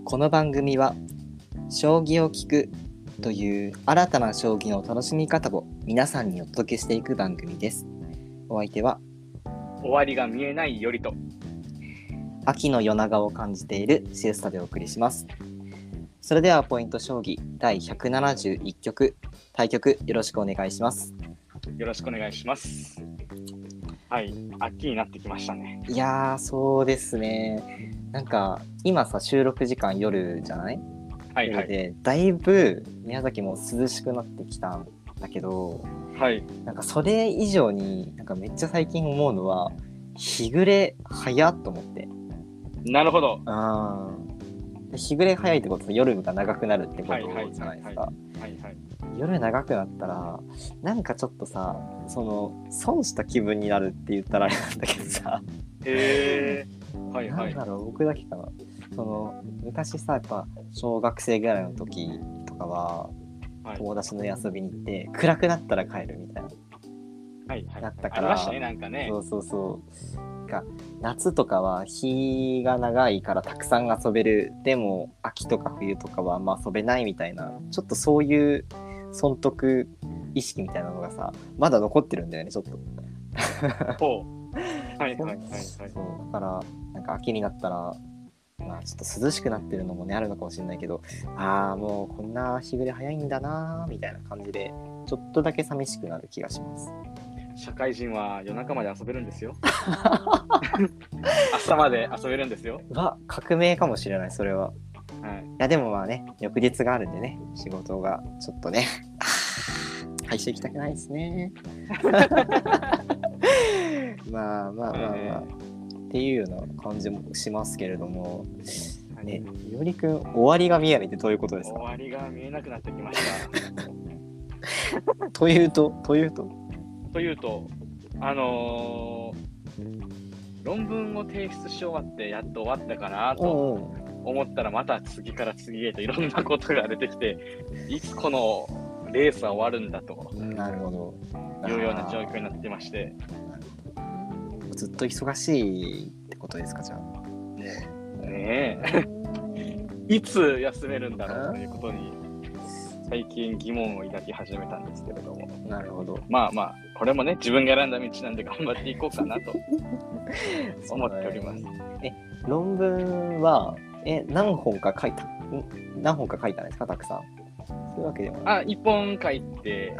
この番組は将棋を聞くという新たな将棋の楽しみ方を皆さんにお届けしていく番組です。お相手は終わりが見えないよりと秋の夜長を感じているシエスタでお送りします。それではポイント将棋第171局対局よろしくお願いします。 よろしくお願いします。はい、秋になってきましたね。 いやーそうですね。なんか今さ収録時間夜じゃない？ はいはい。 でだいぶ宮崎も涼しくなってきたんだけど、 はい。 なんかそれ以上になんかめっちゃ最近思うのは日暮れ早っと思って。 なるほど。 日暮れ早いってことは夜が長くなるってことじゃないですか。 はいはい。 夜長くなったらなんかちょっとさ、その損した気分になるって言ったらあれなんだけどさ、 へー。はいはい。 なんだろう、僕だけかな。その昔さ、やっぱ小学生ぐらいの時とかは、 はい、 友達の遊びに行って暗くなったら帰るみたいな、 はいはい、 だったから。 ありましたね、なんかね。 そうか、夏とかは日が長いからたくさん遊べる、でも秋とか冬とかはあんま遊べないみたいな、ちょっとそういう損得意識みたいなのがさまだ残ってるんだよね、ちょっと。 ほう。はいはいはいはい。 そうだからなんか秋になったらまあちょっと涼しくなってるのもねあるのかもしれないけど、もうこんな日暮れ早いんだなみたいな感じでちょっとだけ寂しくなる気がします。 社会人は夜中まで遊べるんですよ。朝まで遊べるんですよ。 革命かもしれない、それは。 はい。 いやでもまあね、翌日があるんでね、仕事がちょっとね会社行きたくないですね。まあっていうような感じもしますけれども、ね、いおりくん終わりが見えないってどういうことですか？ 終わりが見えなくなってきました。 というと論文を提出し終わってやっと終わったかなと思ったら、また次から次へといろんなことが出てきて、いつこのレースは終わるんだというような状況になってまして、 ずっと忙しいってことですか？じゃあねえいつ休めるんだろうということに最近疑問を抱き始めたんですけれども。 なるほど。 まあこれもね、自分が選んだ道なんで頑張っていこうかなと思っております。 論文は何本か書いたんですか？たくさん。そういうわけでもない。 1本書いて、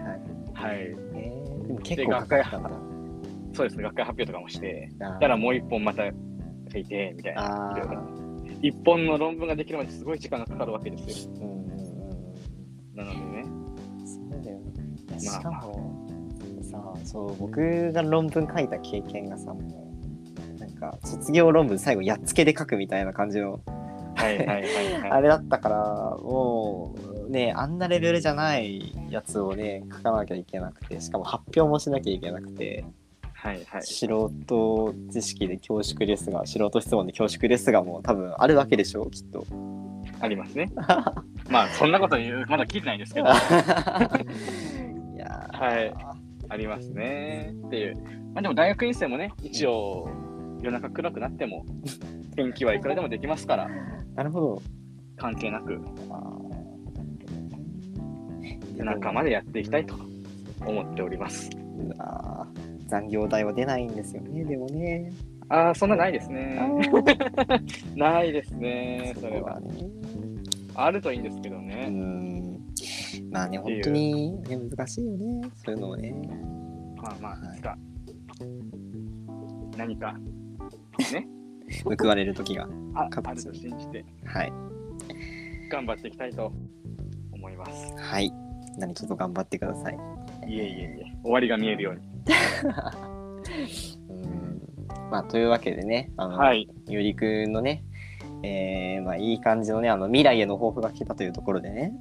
でも結構書いたんだ。 そうですね、学会発表とかもして、だからもう1本また書いてみたいな。1本の論文ができるまですごい時間がかかるわけですよ。なのでね。 そうだよね。しかも僕が論文書いた経験がさ、もうなんか卒業論文最後やっつけで書くみたいな感じのあれだったから、もうね、あんなレベルじゃないやつをね書かなきゃいけなくて、しかも発表もしなきゃいけなくて、素人知識で恐縮ですが、素人質問で恐縮ですがもう多分あるわけでしょう、きっと。 ありますね。まあそんなことまだ聞いてないですけど。 いやありますねっていう。まあでも大学院生もね、一応夜中暗くなっても天気はいくらでもできますから。 なるほど。 関係なく夜中までやっていきたいと思っております。 残業代は出ないんですよね、でもね。 そんなないですね。ないですね、それは。あるといいんですけどね。 まあね、本当に、ね、難しいよね、そういうのをね。 何かね報われる時があると信じて、頑張っていきたいと思います。 何卒頑張ってください。 いえ、終わりが見えるように。 というわけでね、ゆりくんのね、いい感じのね、未来への抱負が聞けたというところでね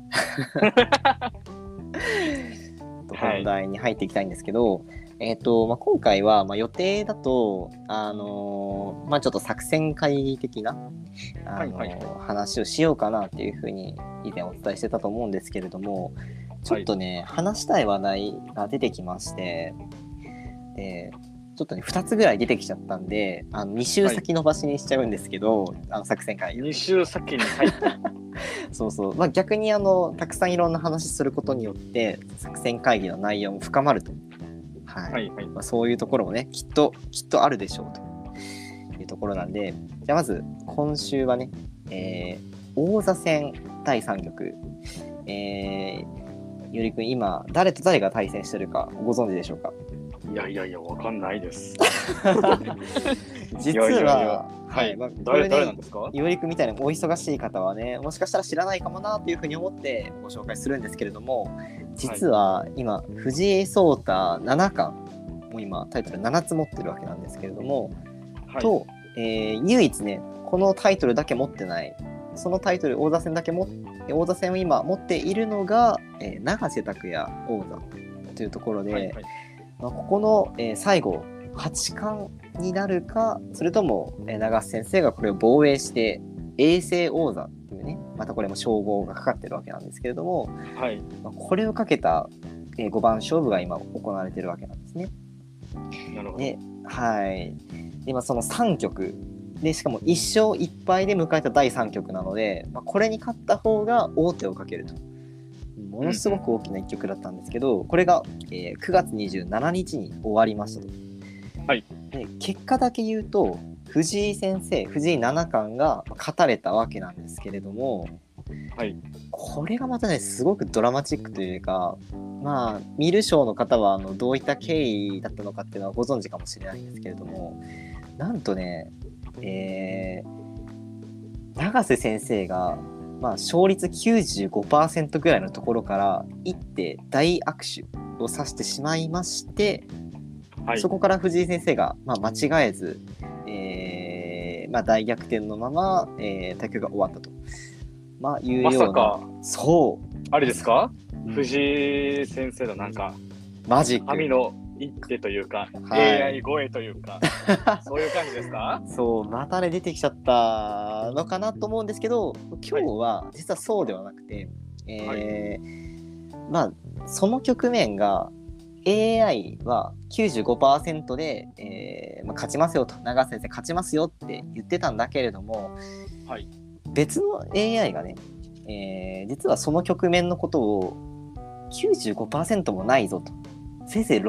本題に入っていきたいんですけど、今回は、予定だとちょっと作戦会議的な話をしようかなっていうふうに以前お伝えしてたと思うんですけれども、ちょっとね、話したい話題が出てきまして、でちょっとね2つぐらい出てきちゃったんで2週先延ばしにしちゃうんですけど、作戦会議 2週先に入ってそうそう、まあ、逆にたくさんいろんな話することによって作戦会議の内容も深まると、はいはいはい、まあ、そういうところもねきっとあるでしょうというところなんで、じゃあまず今週はね、王座戦第3局、ゆりくん今誰と誰が対戦してるかご存知でしょうか？ いやわかんないです実ははい、まあ、誰なんですか？ ゆりくんみたいなお忙しい方はねもしかしたら知らないかもなというふうに思ってご紹介するんですけれども、実は今、藤井聡太七冠も今タイトル7つ持ってるわけなんですけれども、はい、と、唯一ねこのタイトルだけ持ってない、そのタイトル王座戦を今持っているのが、永瀬拓矢王座というところで、はいはい、まあ、ここの、最後八冠になるか、それとも、永瀬先生がこれを防衛して永世王座っていうね、またこれも称号がかかってるわけなんですけれども、はい、まあ、これをかけた、5番勝負が今行われてるわけなんですね。 なるほど。 で、はい、今その3局で、しかも1勝1敗で迎えた第3局なので、まあ、これに勝った方が王手をかけると、ものすごく大きな一局だったんですけど、これが、9月27日に終わりましたと。はい、で結果だけ言うと藤井七冠が勝たれたわけなんですけれども、はい、これがまたねすごくドラマチックというか、まあ見る将の方はどういった経緯だったのかっていうのはご存知かもしれないんですけれども、なんとね、永瀬先生がまあ、勝率 95% ぐらいのところから一手大悪手を指してしまいまして、はい、そこから藤井先生が、まあ、間違えず、まあ、大逆転のまま、対局が終わったと、まあ、いうような。 まさかそうあれですか、藤井先生のなんかマジック神の一手というか、はい、AI 声というかそういう感じですか？ そう、またね出てきちゃったのかなと思うんですけど、今日は実はそうではなくて、はい、まあその局面が AI は 95% で、まあ、勝ちますよと、永瀬先生勝ちますよって言ってたんだけれども、はい、別の AI がね、実はその局面のことを 95% もないぞと、せいぜい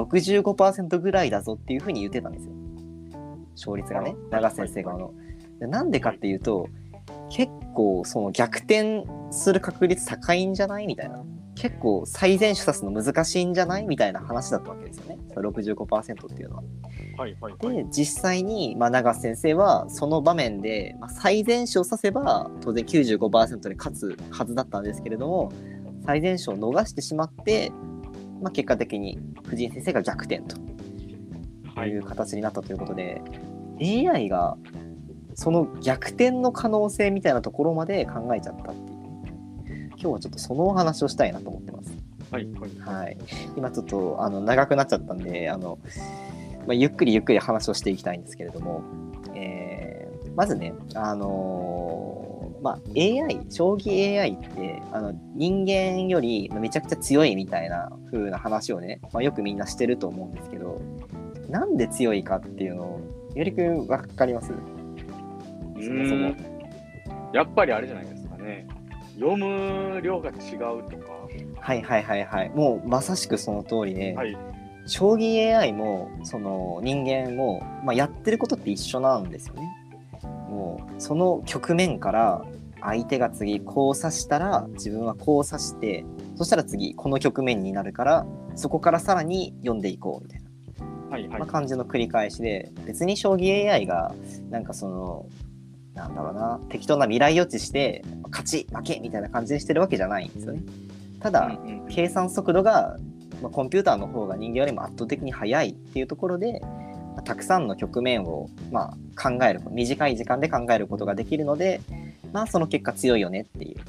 65% ぐらいだぞっていうふうに言ってたんですよ、勝率がね、永瀬先生側の。なんでかっていうと、結構その逆転する確率高いんじゃないみたいな、結構最善手指すの難しいんじゃないみたいな話だったわけですよね、その 65% っていうのは。はいはいはい、で実際に、まあ、永瀬先生はその場面で、まあ、最善手を指せば当然 95% に勝つはずだったんですけれども、最善手を逃してしまって、まあ、結果的に藤井先生が逆転という形になったということで、はい、AI がその逆転の可能性みたいなところまで考えちゃったっていう、今日はちょっとそのお話をしたいなと思ってます。はいはいはい、今ちょっと長くなっちゃったんでまあ、ゆっくり話をしていきたいんですけれども、まずねまあ、将棋 AI って人間よりめちゃくちゃ強いみたいな風な話をね、まあ、よくみんなしてると思うんですけど、なんで強いかっていうのをよりくん分かります？そもそもやっぱりあれじゃないですかね、読む量が違うとか。 はいはいはいはい、もうまさしくその通りで、はい、将棋 AI もその人間も、まあ、やってることって一緒なんですよね。もうその局面から相手が次こう指したら自分はこう指して、そしたら次この局面になるからそこからさらに読んでいこうみたいな、はいはい、まあ、感じの繰り返しで、別に将棋 AI がなんかそのなんだろうな、適当な未来予知して勝ち負けみたいな感じにしてるわけじゃないんですよね。ただ、計算速度が、まあ、コンピューターの方が人間よりも圧倒的に速いっていうところで、まあ、たくさんの局面を、まあ、考える、短い時間で考えることができるので、まあ、その結果強いよねっていう、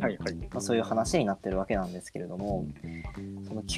はいはい、まあ、そういう話になってるわけなんですけれども、その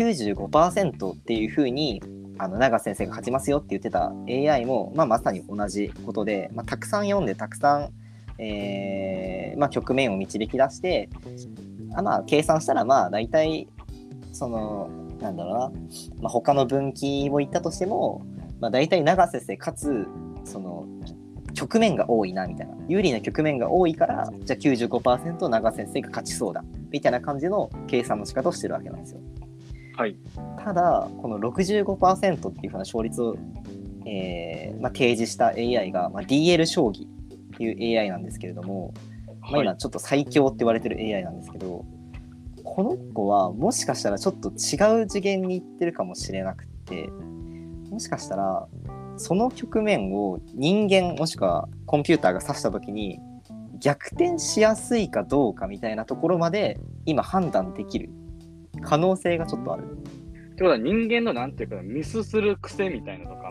95% っていうふうに永瀬先生が勝ちますよって言ってた AI も、まあ、まさに同じことで、まあ、たくさん読んでたくさん、まあ、局面を導き出して、まあ、計算したらまあ大体そのなんだろうな、まあ、他の分岐を言ったとしても、 まあ、大体永瀬先生かつその局面が多いなみたいな、有利な局面が多いからじゃあ 95% 永瀬先生が勝ちそうだみたいな感じの計算の仕方をしてるわけなんですよ。 はい。 ただこの 65% っていうふうな勝率を、まあ、提示した AI が、まあ、DL 将棋っていう AI なんですけれども、まあ、今ちょっと最強って言われてる AI なんですけど、この子はもしかしたらちょっと違う次元に行ってるかもしれなくて、もしかしたらその局面を人間もしくはコンピューターが指した時に逆転しやすいかどうかみたいなところまで今判断できる可能性がちょっとある。 ってことは人間のなんていうかミスする癖みたいなとかも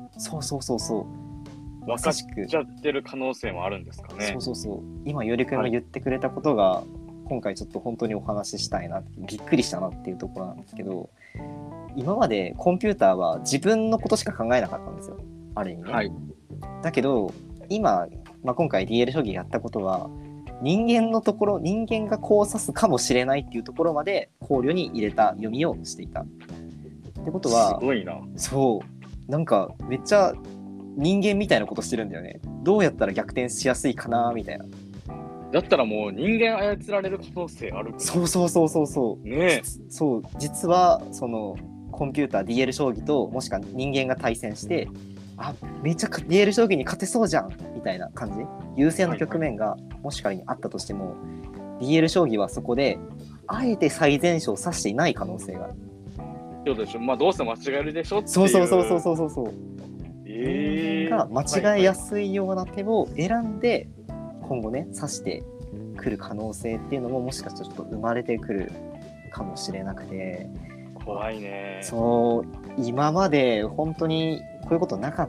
そう分かっちゃってる可能性もあるんですかね。 そう今よりくんが言ってくれたことが、今回ちょっと本当にお話ししたいなってびっくりしたなっていうところなんですけど、今までコンピューターは自分のことしか考えなかったんですよ、ある意味ね、はい、だけど今、まあ、今回 DL 将棋やったことは人間のところ、人間がこう指すかもしれないっていうところまで考慮に入れた読みをしていたってことは、 すごいな。 そうなんかめっちゃ人間みたいなことしてるんだよね。どうやったら逆転しやすいかなみたいな。 だったらもう人間操られる可能性ある。 そうね。そう実はそのコンピューター DL 将棋ともしくは人間が対戦して、あめっちゃ DL 将棋に勝てそうじゃんみたいな感じ、優勢の局面がもし仮にあったとしても、DL 将棋はそこであえて最善手を指していない可能性がある。 そうでしょ。まあどうせ間違えるでしょっていう。 そう人間が間違えやすいような手を選んで今後ね指してくる可能性っていうのももしかしたらちょっと生まれてくるかもしれなくて、 怖いね。 そう今まで本当にこういうことなかった、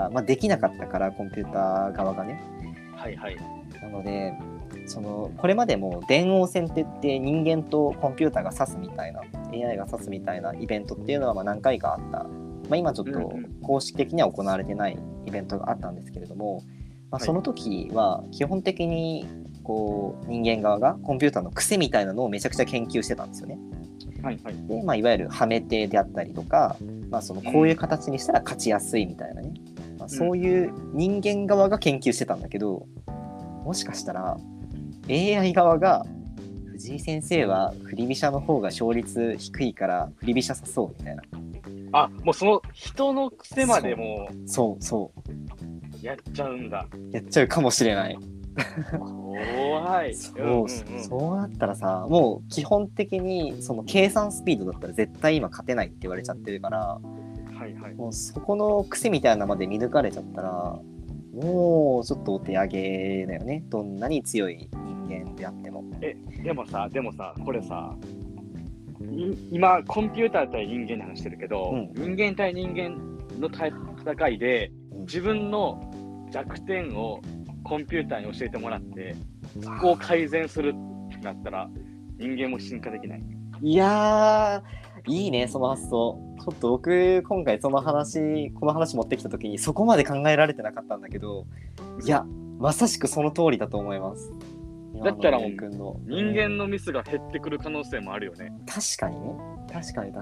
まあ、できなかったからコンピューター側がね。 はいはい。 なのでそのこれまでも電王戦って言って人間とコンピューターが指すみたいな AI が指すみたいなイベントっていうのはまあ何回かあった、まあ、今ちょっと公式的には行われてないイベントがあったんですけれども、まあ、その時は基本的にこう人間側がコンピューターの癖みたいなのをめちゃくちゃ研究してたんですよね。 はいはい。で、 まあ、いわゆるはめ手であったりとか、まあ、そのこういう形にしたら勝ちやすいみたいなね、まあ、そういう人間側が研究してたんだけど、もしかしたら AI 側が藤井先生は振り飛車の方が勝率低いから振り飛車指そうみたいな、 あ、もうその人の癖までもそうやっちゃうんだ。 やっちゃうかもしれない。 怖い。 そうなったらさ、もう基本的にその計算スピードだったら絶対今勝てないって言われちゃってるから、 はいはい、 もうそこの癖みたいなまで見抜かれちゃったらもうちょっとお手上げだよね、どんなに強い人間であっても。 でもさこれさ、今コンピューター対人間で話してるけど、人間対人間の戦いで自分の弱点をコンピューターに教えてもらってそこを改善するってなったら人間も進化できない。 いやーいいねその発想。ちょっと僕今回この話持ってきた時にそこまで考えられてなかったんだけど、いやまさしくその通りだと思います。 だったらもう人間のミスが減ってくる可能性もあるよね。 確かにね、確かに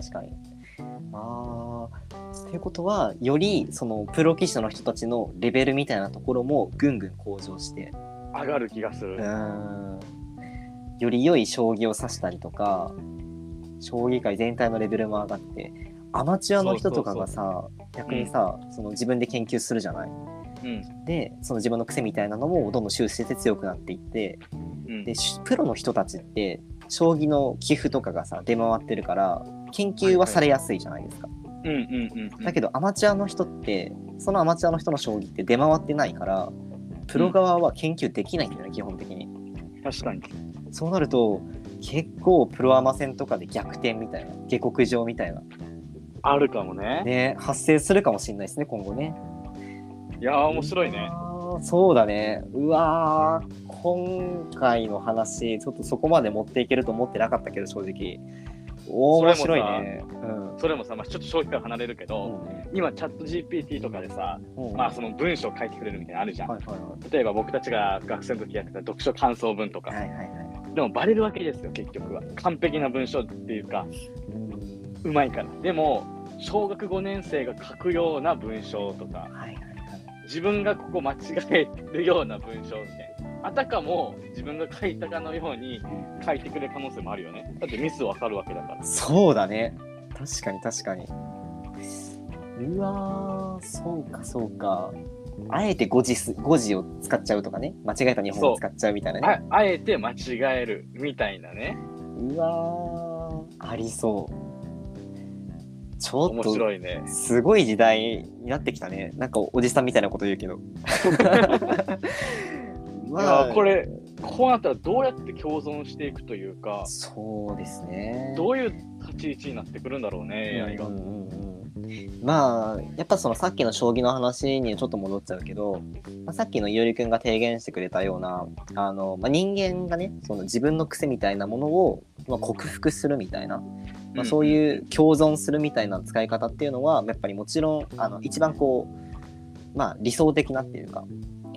っていうことはよりそのプロ棋士の人たちのレベルみたいなところもぐんぐん向上して上がる気がする。 より良い将棋を指したりとか将棋界全体のレベルも上がって、アマチュアの人とかがさ逆にさ、その自分で研究するじゃない、でその自分の癖みたいなのもどんどん修正して強くなっていって、でプロの人たちって将棋の棋譜とかがさ出回ってるから研究はされやすいじゃないですか。だけどアマチュアの人ってそのアマチュアの人の将棋って出回ってないからプロ側は研究できないんだよね、基本的に。 確かに。 そうなると結構プロアマ戦とかで逆転みたいな下克上みたいなあるかもね。 発生するかもしれないですね今後ね。 いやー面白いね。 そうだね。うわー今回の話ちょっとそこまで持っていけると思ってなかったけど正直面白いね。 それもさ、まあ、ちょっと将棋から離れるけど、今チャット GPT とかでさ、まあその文章を書いてくれるみたいなのあるじゃん。例えば僕たちが学生の時やってた読書感想文とか、でもバレるわけですよ結局は。完璧な文章っていうか、うまいから。でも小学5年生が書くような文章とか、 はいはいはい、 自分がここ間違えるような文章みたいな、あたかも自分が書いたかのように書いてくれる可能性もあるよね。だってミスわかるわけだから。 そうだね。確かに確かに。うわー、そうかそうか。あえて誤字を使っちゃうとかね。間違えた日本語を使っちゃうみたいなね。 あえて間違えるみたいなね。 うわー、ありそう。ちょっと面白いね。 すごい時代になってきたね。なんかおじさんみたいなこと言うけど。 まあ、これこうなったらどうやって共存していくというか、 そうですね。 どういう立ち位置になってくるんだろうね、AI が。 まあやっぱそのさっきの将棋の話にちょっと戻っちゃうけど、さっきのいおりくんが提言してくれたような人間がね、その自分の癖みたいなものを、克服するみたいな、そういう共存するみたいな使い方っていうのはやっぱりもちろん一番こう、理想的なっていうか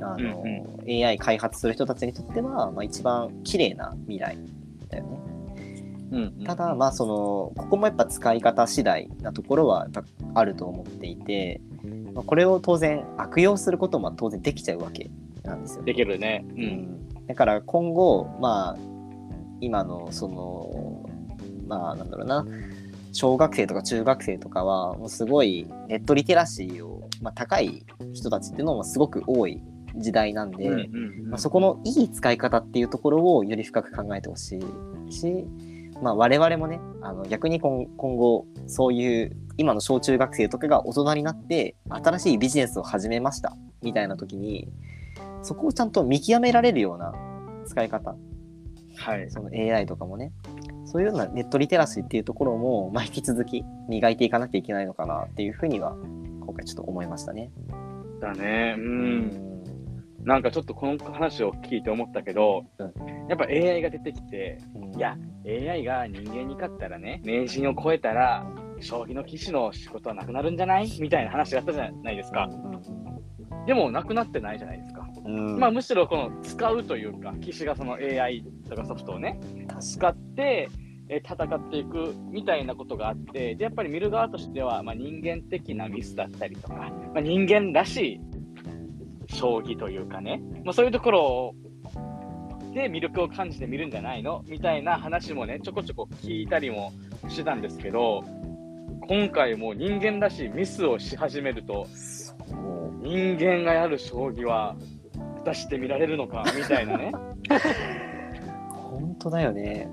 AI 開発する人たちにとっては、一番綺麗な未来だよね。ただそのここもやっぱ使い方次第なところはやっぱあると思っていて、これを当然悪用することも当然できちゃうわけなんですよ。 できるね。 だから今後今のそのなんだろうな、小学生とか中学生とかはもうすごいネットリテラシーを、高い人たちっていうのもすごく多い時代なんで、そこのいい使い方っていうところをより深く考えてほしいし、我々もね逆に今後そういう今の小中学生とかが大人になって新しいビジネスを始めましたみたいな時にそこをちゃんと見極められるような使い方、その AI とかもね、そういうようなネットリテラシーっていうところも、引き続き磨いていかなきゃいけないのかなっていうふうには今回ちょっと思いましたね。 だね。なんかちょっとこの話を聞いて思ったけど、やっぱ AI が出てきて、いや AI が人間に勝ったらね、名人を超えたら将棋の棋士の仕事はなくなるんじゃないみたいな話があったじゃないですか。でもなくなってないじゃないですか。むしろこの使うというか、棋士がその AI とかソフトをね使って戦っていくみたいなことがあって、でやっぱり見る側としては、人間的なミスだったりとか、人間らしい将棋というかね、そういうところで魅力を感じて見るんじゃないのみたいな話もねちょこちょこ聞いたりもしてたんですけど、今回も人間らしいミスをし始めると、人間がやる将棋は果たして見られるのかみたいなね。 本当だよね。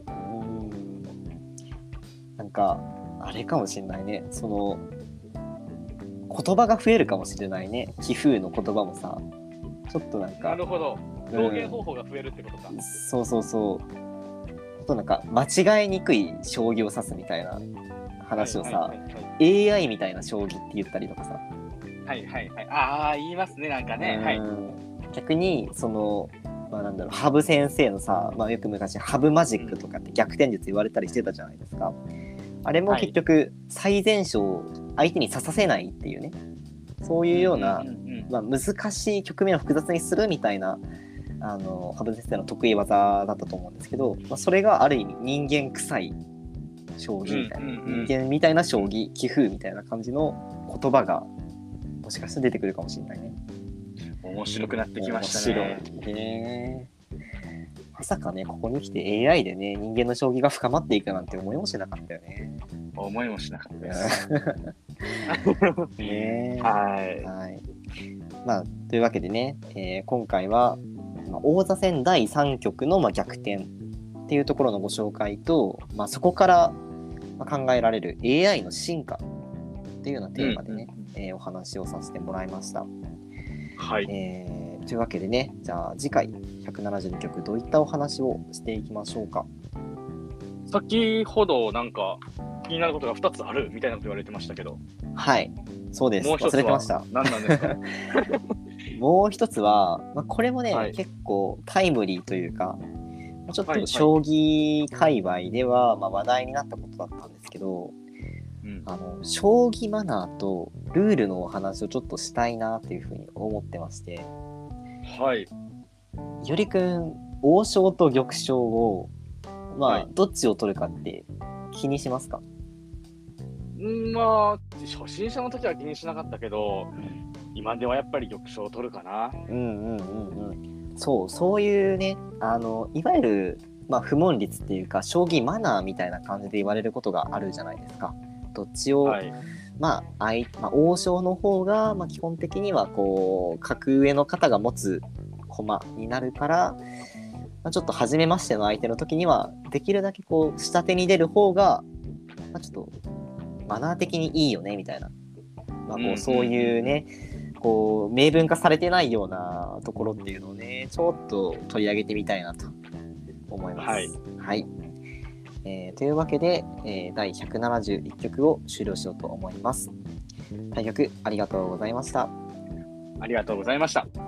なんかあれかもしれないね、その言葉が増えるかもしれないね。棋風の言葉もさ、ちょっとなんか、 なるほど、表現方法が増えるってことか。 そうそうそう。あとなんか間違えにくい将棋を指すみたいな話をさ、AI みたいな将棋って言ったりとかさ。 ああ言いますね、なんかね。 逆にそのなんだろう、羽生先生のさ、よく昔羽生マジックとかって逆転術言われたりしてたじゃないですか。あれも結局最善手を相手に指させないっていうね、そういうような、難しい局面を複雑にするみたいな羽生先生の得意技だったと思うんですけど、それがある意味人間臭い将棋みたいな、人間みたいな将棋棋風みたいな感じの言葉がもしかしたら出てくるかもしれないね。 面白くなってきましたね。 面白いね。まさかね、ここに来て AI でね、人間の将棋が深まっていくなんて思いもしなかったよね。 思いもしなかったです。 ね、はい。というわけでね、今回は、王座戦第3局の逆転っていうところのご紹介と、そこから考えられる AI の進化っていうようなテーマでね、お話をさせてもらいました。というわけでね、じゃあ次回172局どういったお話をしていきましょうか。 先ほどなんか気になることが2つあるみたいなこと言われてましたけど。 はい、そうです。 もう一つは忘れてました。 何なんですか？ もう一つは、これもね、結構タイムリーというか、ちょっと将棋界隈では話題になったことだったんですけど、将棋マナーとルールのお話をちょっとしたいなっていうふうに思ってまして。よりくん、王将と玉将をどっちを取るかって気にしますか？ は初心者の時は気にしなかったけど、今ではやっぱり玉将を取るかな。 そういうね、いわゆる、不問率っていうか将棋マナーみたいな感じで言われることがあるじゃないですか。どっちを、王将の方が、基本的にはこう格上の方が持つ駒になるから、ちょっと初めましての相手の時にはできるだけこう下手に出る方が、ちょっとマナー的にいいよねみたいな、そういうね、こう明文化されてないようなところっていうのをね、ちょっと取り上げてみたいなと思います。はい。というわけで、第171局を終了しようと思います。対局ありがとうございました。 ありがとうございました。